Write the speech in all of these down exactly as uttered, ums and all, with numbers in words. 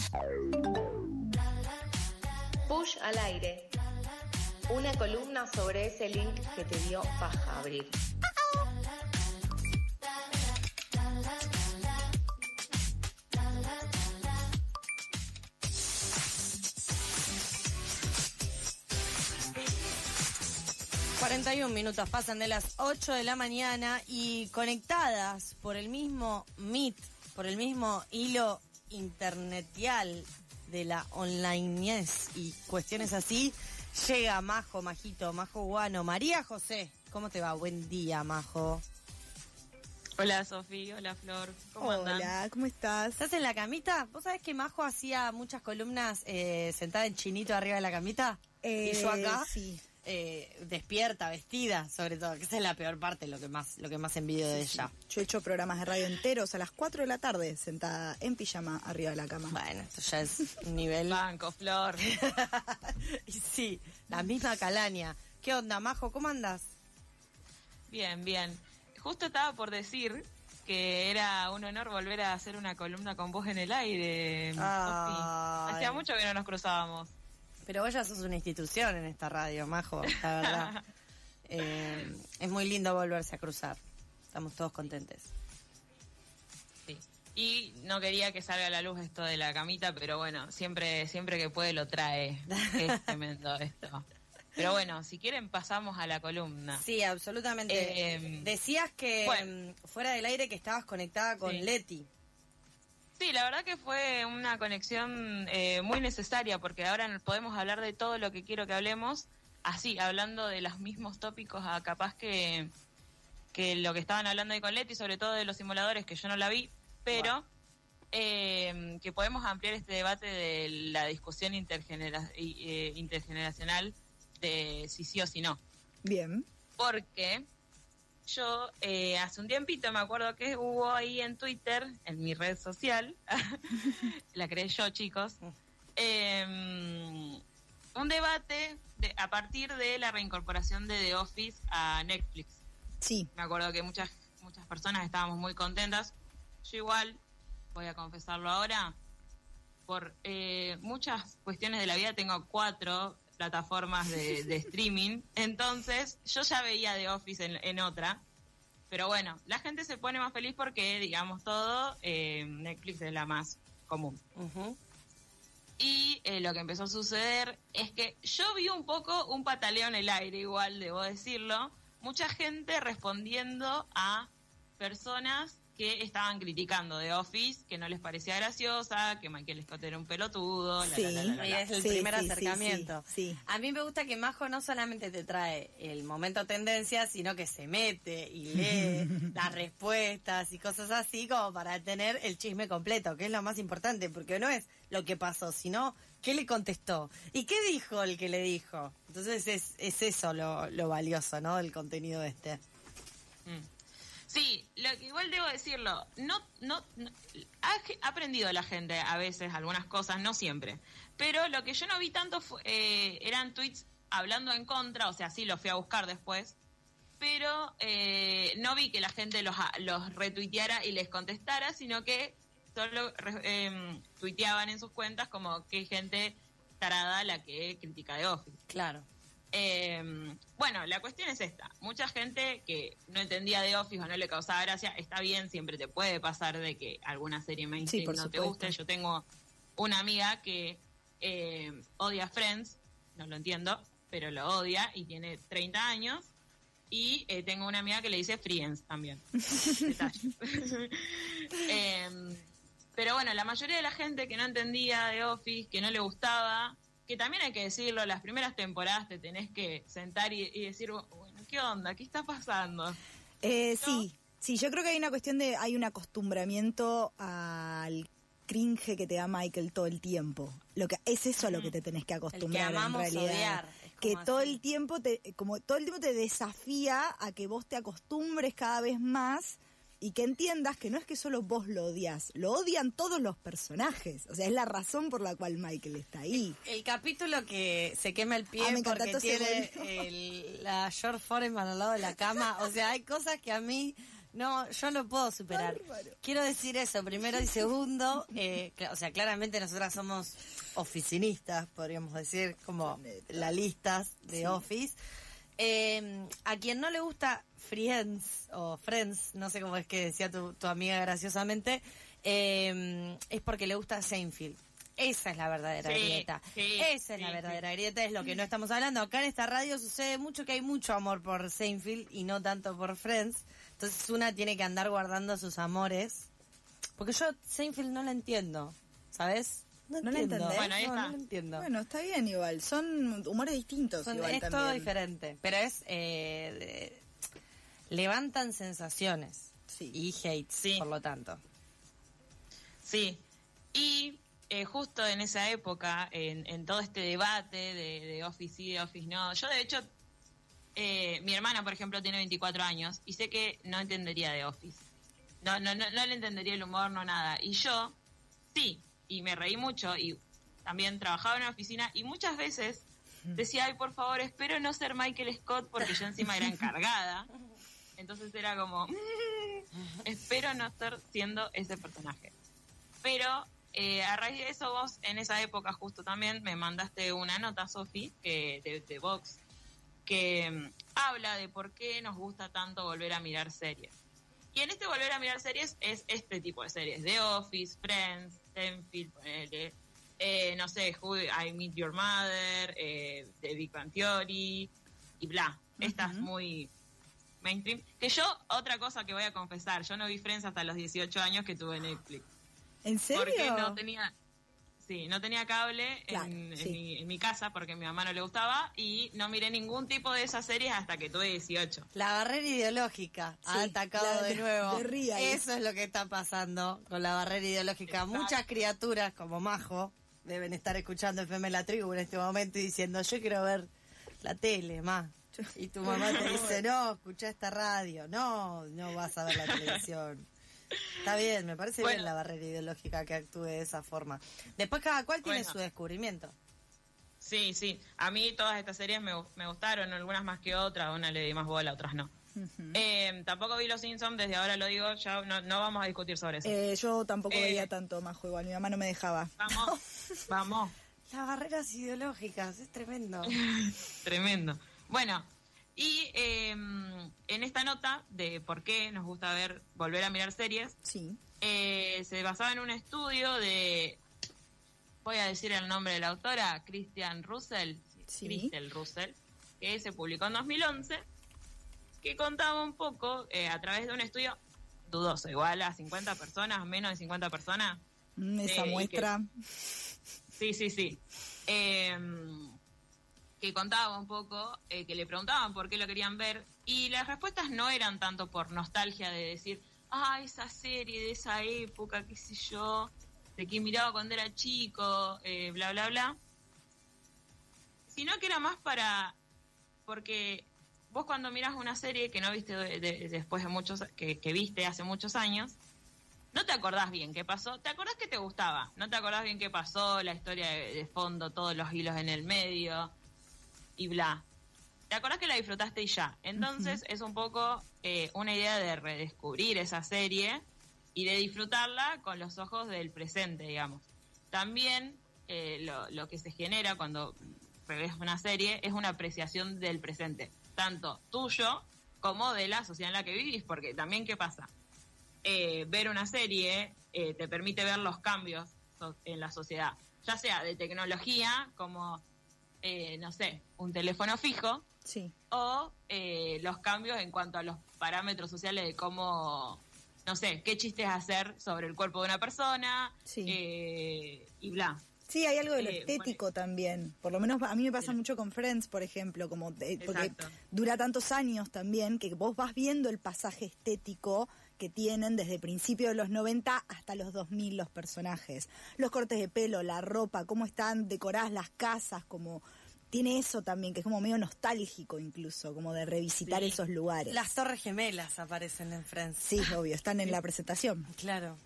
Push al aire. Una columna sobre ese link que te dio paja abrir. cuarenta y un minutos pasan de las ocho de la mañana y conectadas por el mismo Meet, por el mismo hilo internetial de la onlineez y cuestiones así, llega Majo, Majito, Majo Guano, María José. ¿Cómo te va? Buen día, Majo. Hola, Sofi. Hola, Flor. ¿Cómo Hola, andan? Hola, ¿cómo estás? ¿Estás en la camita? ¿Vos sabés que Majo hacía muchas columnas eh, sentada en chinito arriba de la camita? Eh, y yo acá, sí. eh, despierta, vestida, sobre todo, que esa es la peor parte, lo que más, lo que más envidio de Sí, ella. sí. Yo he hecho programas de radio enteros a las cuatro de la tarde, sentada en pijama arriba de la cama. Bueno, esto ya es un nivel... Banco, Flor. Y sí, la misma calaña. ¿Qué onda, Majo? ¿Cómo andás? Bien, bien. Justo estaba por decir que era un honor volver a hacer una columna con vos en el aire, Sofi. Ay. Hacía mucho que no nos cruzábamos. Pero vos ya sos una institución en esta radio, Majo, la verdad. eh, es muy lindo volverse a cruzar. Estamos todos contentes. Sí. Y no quería que salga a la luz esto de la camita, pero bueno, siempre, siempre que puede lo trae. Es tremendo esto. Pero bueno, si quieren pasamos a la columna. Sí, absolutamente. Eh, Decías que bueno. fuera del aire que estabas conectada con Sí. Leti. Sí, la verdad que fue una conexión eh, muy necesaria, porque ahora podemos hablar de todo lo que quiero que hablemos, así, hablando de los mismos tópicos, a capaz que, que lo que estaban hablando ahí con Leti, sobre todo de los simuladores, que yo no la vi, pero wow. eh, que podemos ampliar este debate de la discusión intergenera- eh, intergeneracional de si sí o si no. Bien. Porque yo eh, hace un tiempito me acuerdo que hubo ahí en Twitter, en mi red social, la creé yo, chicos, eh, un debate de, a partir de la reincorporación de The Office a Netflix. Sí. Me acuerdo que muchas muchas personas estábamos muy contentas. Yo igual, voy a confesarlo ahora, por eh, muchas cuestiones de la vida tengo cuatro plataformas de, de streaming, entonces yo ya veía The Office en, en otra, pero bueno, la gente se pone más feliz porque, digamos todo, eh, Netflix es la más común. Uh-huh. Y eh, lo que empezó a suceder es que yo vi un poco un pataleo en el aire, igual debo decirlo, mucha gente respondiendo a personas que estaban criticando The Office, que no les parecía graciosa, que Michael Scott era un pelotudo, Sí. la, la, la, la, la. Es el Sí, primer sí, acercamiento. sí, sí. A mí me gusta que Majo no solamente te trae el momento tendencia, sino que se mete y lee las respuestas y cosas así como para tener el chisme completo, que es lo más importante, porque no es lo que pasó, sino qué le contestó y qué dijo el que le dijo. Entonces es, es eso lo, lo valioso, ¿no? Del contenido este. Mm. Sí, lo que igual debo decirlo, no, no, no ha, ha aprendido la gente a veces algunas cosas, no siempre, pero lo que yo no vi tanto fue, eh, eran tweets hablando en contra, o sea, sí los fui a buscar después, pero eh, no vi que la gente los, los retuiteara y les contestara, sino que solo eh, tuiteaban en sus cuentas como que gente tarada la que critica de Office. Claro. Eh, bueno, la cuestión es esta. Mucha gente que no entendía de Office o no le causaba gracia, está bien, siempre te puede pasar de que alguna serie mainstream Sí, por no supuesto. te guste. Yo tengo una amiga que eh, odia Friends, no lo entiendo, pero lo odia y tiene treinta años. Y eh, tengo una amiga que le dice Friends también. Detalle. eh, pero bueno, la mayoría de la gente que no entendía de Office, que no le gustaba, que también hay que decirlo, las primeras temporadas te tenés que sentar y, y decir, bueno, ¿qué onda? ¿Qué está pasando? Eh, ¿No? Sí, sí, yo creo que hay una cuestión de, hay un acostumbramiento al cringe que te da Michael todo el tiempo. Lo que es eso a lo que te tenés que acostumbrar, el que amamos en realidad. odiar, es como que todo así. el tiempo te, como todo el tiempo te desafía a que vos te acostumbres cada vez más y que entiendas que no es que solo vos lo odias, lo odian todos los personajes. O sea, es la razón por la cual Michael está ahí. El capítulo que se quema el pie Ah, me encanta, porque entonces, tiene bueno. el, la George Foreman al lado de la cama. O sea, hay cosas que a mí No, yo no puedo superar. Bárbaro. Quiero decir eso, primero y segundo, eh, cl- o sea, claramente nosotras somos oficinistas, podríamos decir, como la listas de Sí. Office. Eh, a quien no le gusta Friends, o Friends, no sé cómo es que decía tu, tu amiga graciosamente, eh, es porque le gusta Seinfeld. Esa es la verdadera Sí, grieta. sí, Esa es sí, la sí. verdadera grieta, es lo que no estamos hablando. Acá en esta radio sucede mucho que hay mucho amor por Seinfeld y no tanto por Friends. Entonces una tiene que andar guardando sus amores. Porque yo Seinfeld no la entiendo, ¿sabes? ¿No la entiendo. entendés? Bueno, ahí no, está. no la entiendo. Bueno, está bien igual. Son humores distintos Son- igual es también. todo diferente. Pero es... eh, de- levantan sensaciones Sí. y hates, Sí. por lo tanto. Sí, y eh, justo en esa época, en, en todo este debate de, de Office sí, de Office no, yo de hecho, eh, mi hermana, por ejemplo, tiene veinticuatro años y sé que no entendería de Office. No, no, no, no le entendería el humor, no nada. Y yo, sí, y me reí mucho y también trabajaba en una oficina y muchas veces decía, ay, por favor, espero no ser Michael Scott porque yo encima era encargada. Entonces era como, espero no estar siendo ese personaje. Pero eh, a raíz de eso vos en esa época justo también me mandaste una nota, Sofi, que de, de Vox, que mm, habla de por qué nos gusta tanto volver a mirar series. Y en este volver a mirar series es este tipo de series, The Office, Friends, Seinfeld, ponele, eh, no sé, Who I Met Your Mother, eh, The Big Bang Theory y bla. Estas Ujú. muy mainstream. Que yo, otra cosa que voy a confesar, yo no vi Friends hasta los dieciocho años que tuve Netflix. ¿En serio? Porque no tenía, sí, no tenía cable Claro, en, en sí. mi, en mi casa porque a mi mamá no le gustaba y no miré ningún tipo de esas series hasta que tuve dieciocho. La barrera ideológica ha Sí, atacado la de de- nuevo. de Real. Eso es lo que está pasando con la barrera ideológica. Exacto. Muchas criaturas como Majo deben estar escuchando F M La Tribu en este momento y diciendo, yo quiero ver la tele, ma. Y tu mamá te dice, no, escucha esta radio. No, no vas a ver la televisión. Está bien, me parece Bueno. bien la barrera ideológica que actúe de esa forma. Después cada cual tiene Bueno. su descubrimiento. Sí, sí. A mí todas estas series me, me gustaron, algunas más que otras, una le di más bola, otras no. Ujú. Eh, tampoco vi Los Simpsons, desde ahora lo digo, ya no, no vamos a discutir sobre eso. Eh, yo tampoco Eh. veía tanto Majo igual. Mi mamá no me dejaba. Vamos, vamos. Las barreras ideológicas, es tremendo. Tremendo. Bueno, y eh, en esta nota de por qué nos gusta ver, volver a mirar series, Sí. eh, se basaba en un estudio de, voy a decir el nombre de la autora, Christian Russell, Sí. Crystal Russell, que se publicó en dos mil once, que contaba un poco eh, a través de un estudio dudoso, igual a cincuenta personas, menos de cincuenta personas. Mm, esa Eh, y muestra. Sí, sí, sí. Eh, que contaba un poco, eh, que le preguntaban por qué lo querían ver, y las respuestas no eran tanto por nostalgia de decir, ah, esa serie de esa época, qué sé yo, de que miraba cuando era chico, eh, bla, bla, bla, sino que era más para, porque vos cuando mirás una serie que no viste de- de- después de muchos, que, que viste hace muchos años, no te acordás bien qué pasó, te acordás que te gustaba, no te acordás bien qué pasó, la historia de, de fondo, todos los hilos en el medio y bla. Te acordás que la disfrutaste y ya. Entonces es un poco eh, una idea de redescubrir esa serie y de disfrutarla con los ojos del presente, digamos. También eh, lo, lo que se genera cuando ves una serie es una apreciación del presente, tanto tuyo como de la sociedad en la que vivís, porque también, ¿qué pasa? Eh, ver una serie eh, te permite ver los cambios so- en la sociedad, ya sea de tecnología, como, eh, no sé, un teléfono fijo, Sí. o eh, los cambios en cuanto a los parámetros sociales de cómo, no sé, qué chistes hacer sobre el cuerpo de una persona, Sí. eh, y bla. Sí, hay algo de lo Eh, estético también. Por lo menos a mí me pasa mucho con Friends, por ejemplo, como de- porque Exacto. dura tantos años también que vos vas viendo el pasaje estético que tienen desde principios de los noventa hasta los dos mil los personajes. Los cortes de pelo, la ropa, cómo están decoradas las casas, como tiene eso también, que es como medio nostálgico incluso, como de revisitar Sí. esos lugares. Las Torres Gemelas aparecen en Friends. Sí, obvio, están en la presentación. Claro.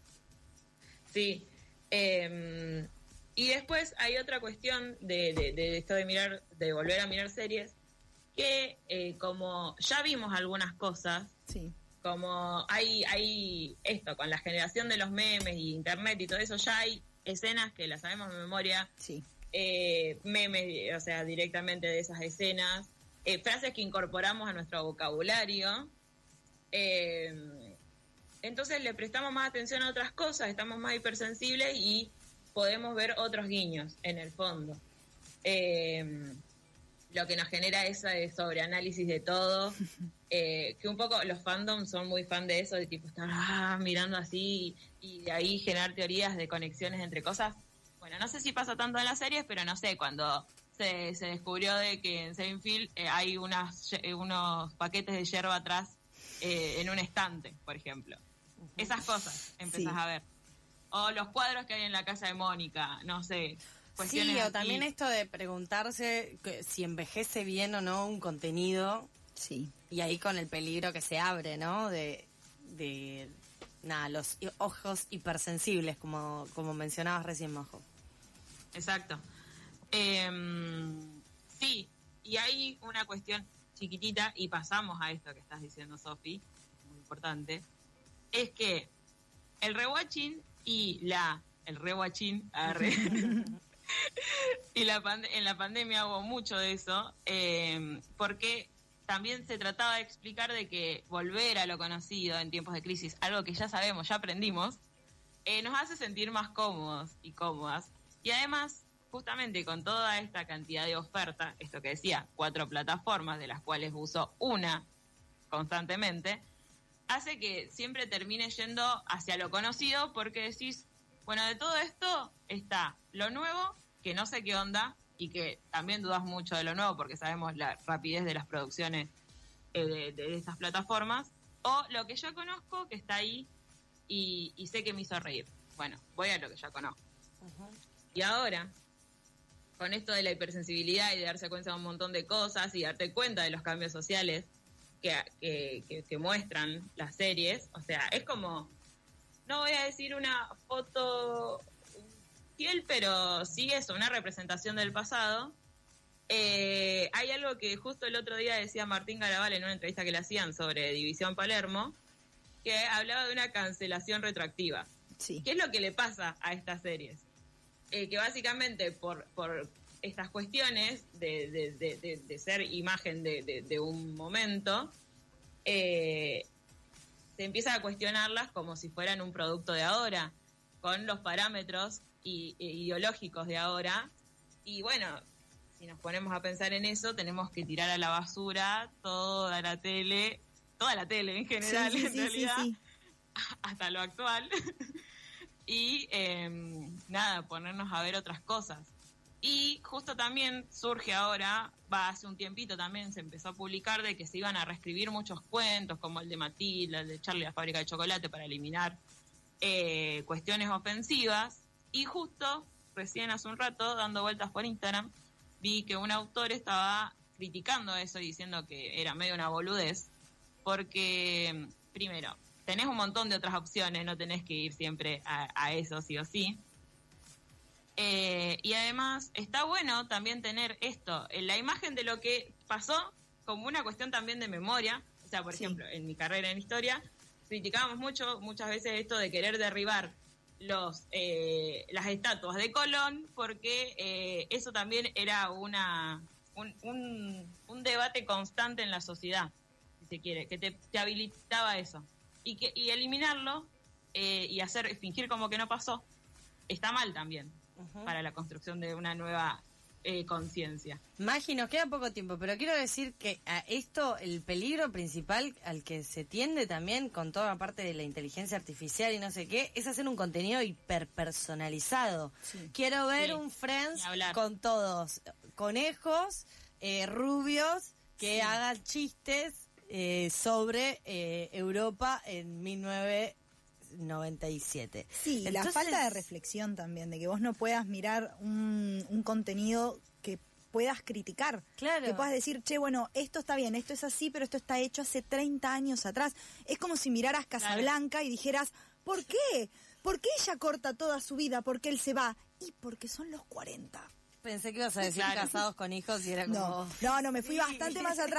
Sí. Eh, y después hay otra cuestión de, de, de esto de mirar, de volver a mirar series, que eh, como ya vimos algunas cosas, Sí. como hay, hay esto, con la generación de los memes y internet y todo eso, ya hay escenas que las sabemos de memoria, Sí. eh, memes, o sea, directamente de esas escenas, eh, frases que incorporamos a nuestro vocabulario, eh, entonces le prestamos más atención a otras cosas, estamos más hipersensibles y podemos ver otros guiños en el fondo. Eh, lo que nos genera ese sobreanálisis de todo, eh, que un poco los fandoms son muy fan de eso, de tipo estar ah, mirando así y de ahí generar teorías de conexiones entre cosas. Bueno, no sé si pasa tanto en las series, pero no sé, cuando se, se descubrió de que en Seinfeld eh, hay unas, eh, unos paquetes de yerba atrás eh, en un estante, por ejemplo. Esas cosas empezás Sí. a ver. O los cuadros que hay en la casa de Mónica, no sé. Cuestiones Sí, o así. también esto de preguntarse que si envejece bien o no un contenido, Sí. y ahí con el peligro que se abre, ¿no? De, de nada, los i- ojos hipersensibles, como, como mencionabas recién, Majo. Exacto. Eh, sí, y hay una cuestión chiquitita, y pasamos a esto que estás diciendo, Sofi, muy importante, es que el rewatching y la... El rewatching, arre, y la pand- en la pandemia hubo mucho de eso, eh, porque también se trataba de explicar de que volver a lo conocido en tiempos de crisis, algo que ya sabemos, ya aprendimos, eh, nos hace sentir más cómodos y cómodas. Y además, justamente con toda esta cantidad de oferta, esto que decía, cuatro plataformas, de las cuales uso una constantemente, hace que siempre termine yendo hacia lo conocido, porque decís, bueno, de todo esto está lo nuevo, que no sé qué onda, y que también dudas mucho de lo nuevo, porque sabemos la rapidez de las producciones eh, de, de estas plataformas, o lo que yo conozco, que está ahí, y, y sé que me hizo reír. Bueno, voy a lo que ya conozco. Y ahora, con esto de la hipersensibilidad y de darse cuenta de un montón de cosas y darte cuenta de los cambios sociales que, que, que, que muestran las series, o sea, es como, no voy a decir una foto fiel, pero sí eso, una representación del pasado. Eh, hay algo que justo el otro día decía Martín Garabal en una entrevista que le hacían sobre División Palermo, que hablaba de una cancelación retroactiva. Sí. ¿Qué es lo que le pasa a estas series? Eh, que básicamente por, por estas cuestiones de, de, de, de, de ser imagen de, de, de un momento, eh, se empieza a cuestionarlas como si fueran un producto de ahora, con los parámetros y, e ideológicos de ahora. Y bueno, si nos ponemos a pensar en eso, tenemos que tirar a la basura toda la tele, toda la tele en general, Sí, sí, en sí, realidad, sí, sí. hasta lo actual. Y eh, nada, ponernos a ver otras cosas. Y justo también surge ahora, va hace un tiempito también, se empezó a publicar de que se iban a reescribir muchos cuentos, como el de Matilda, el de Charlie la fábrica de chocolate, para eliminar eh, cuestiones ofensivas. Y justo, recién hace un rato, dando vueltas por Instagram, vi que un autor estaba criticando eso y diciendo que era medio una boludez, porque, primero, tenés un montón de otras opciones, no tenés que ir siempre a, a eso sí o sí. Eh, y además está bueno también tener esto, en la imagen de lo que pasó, como una cuestión también de memoria. O sea, por Sí. ejemplo, en mi carrera en historia, criticábamos mucho, muchas veces esto de querer derribar los eh, las estatuas de Colón, porque eh, eso también era una un, un, un debate constante en la sociedad, si se quiere, que te, te habilitaba eso. Y que y eliminarlo eh, y hacer fingir como que no pasó está mal también Uh-huh. para la construcción de una nueva eh, conciencia. Magi, nos queda poco tiempo, pero quiero decir que a esto, el peligro principal al que se tiende también con toda la parte de la inteligencia artificial y no sé qué, es hacer un contenido hiperpersonalizado. Sí. Quiero ver Sí, un Friends ni hablar. con todos conejos, eh, rubios, que Sí. hagan chistes eh, sobre eh, Europa en mil novecientos noventa y siete. Sí, la Entonces- falta de reflexión también, de que vos no puedas mirar un, un contenido que puedas criticar. Claro. Que puedas decir, che, bueno, esto está bien, esto es así, pero esto está hecho hace treinta años atrás. Es como si miraras Casablanca y dijeras, ¿por qué? ¿Por qué ella corta toda su vida? ¿Por qué él se va? Y porque son los cuarenta. Pensé que ibas a decir Claro. casados con hijos y era como... No, no, no, me fui Sí. bastante más atrás.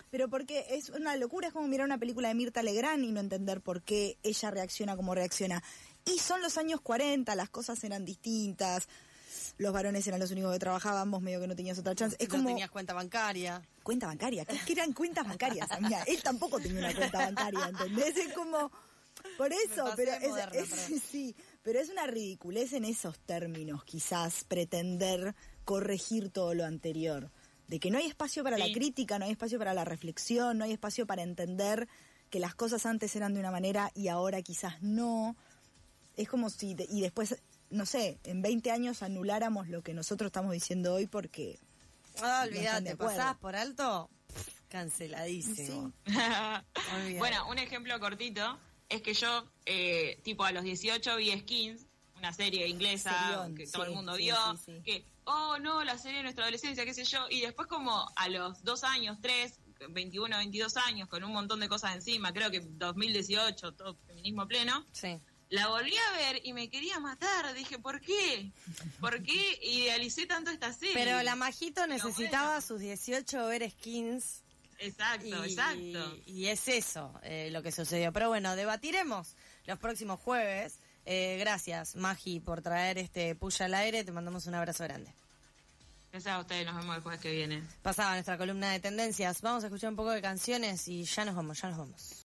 Pero porque es una locura, es como mirar una película de Mirta Legrand y no entender por qué ella reacciona como reacciona. Y son los años cuarenta, las cosas eran distintas, los varones eran los únicos que trabajaban, vos medio que no tenías otra chance. Es no como... tenías cuenta bancaria. Cuenta bancaria, ¿qué que eran cuentas bancarias, amiga? Él tampoco tenía una cuenta bancaria, ¿entendés? Es como... Por eso, pasé pero de es, moderna, es- perdón. sí, pero es una ridiculez en esos términos, quizás, pretender corregir todo lo anterior. De que no hay espacio para Sí. la crítica, no hay espacio para la reflexión, no hay espacio para entender que las cosas antes eran de una manera y ahora quizás no. Es como si, de- y después, no sé, en veinte años anuláramos lo que nosotros estamos diciendo hoy porque... Ah, No están de olvídate, acuerdo. pasás por alto, pff, canceladísimo. Olvídate. Bueno, un ejemplo cortito es que yo, eh, tipo a los dieciocho vi Skins, una serie inglesa Serión, que todo sí, el mundo sí, vio, sí, sí. que, oh no, la serie de nuestra adolescencia, qué sé yo, y después como a los dos años, tres, veintiuno, veintidós años, con un montón de cosas encima, creo que dos mil dieciocho, todo feminismo pleno, Sí. la volví a ver y me quería matar, dije, ¿por qué? ¿Por qué idealicé tanto esta serie? Pero la Majito necesitaba bueno. a sus dieciocho ver Skins. Exacto, Y, exacto. y es eso eh, lo que sucedió. Pero bueno, debatiremos los próximos jueves. Eh, gracias, Magi, por traer este Puya al aire. Te mandamos un abrazo grande. Gracias a ustedes, nos vemos el jueves que viene. Pasaba nuestra columna de tendencias. Vamos a escuchar un poco de canciones y ya nos vamos, ya nos vamos.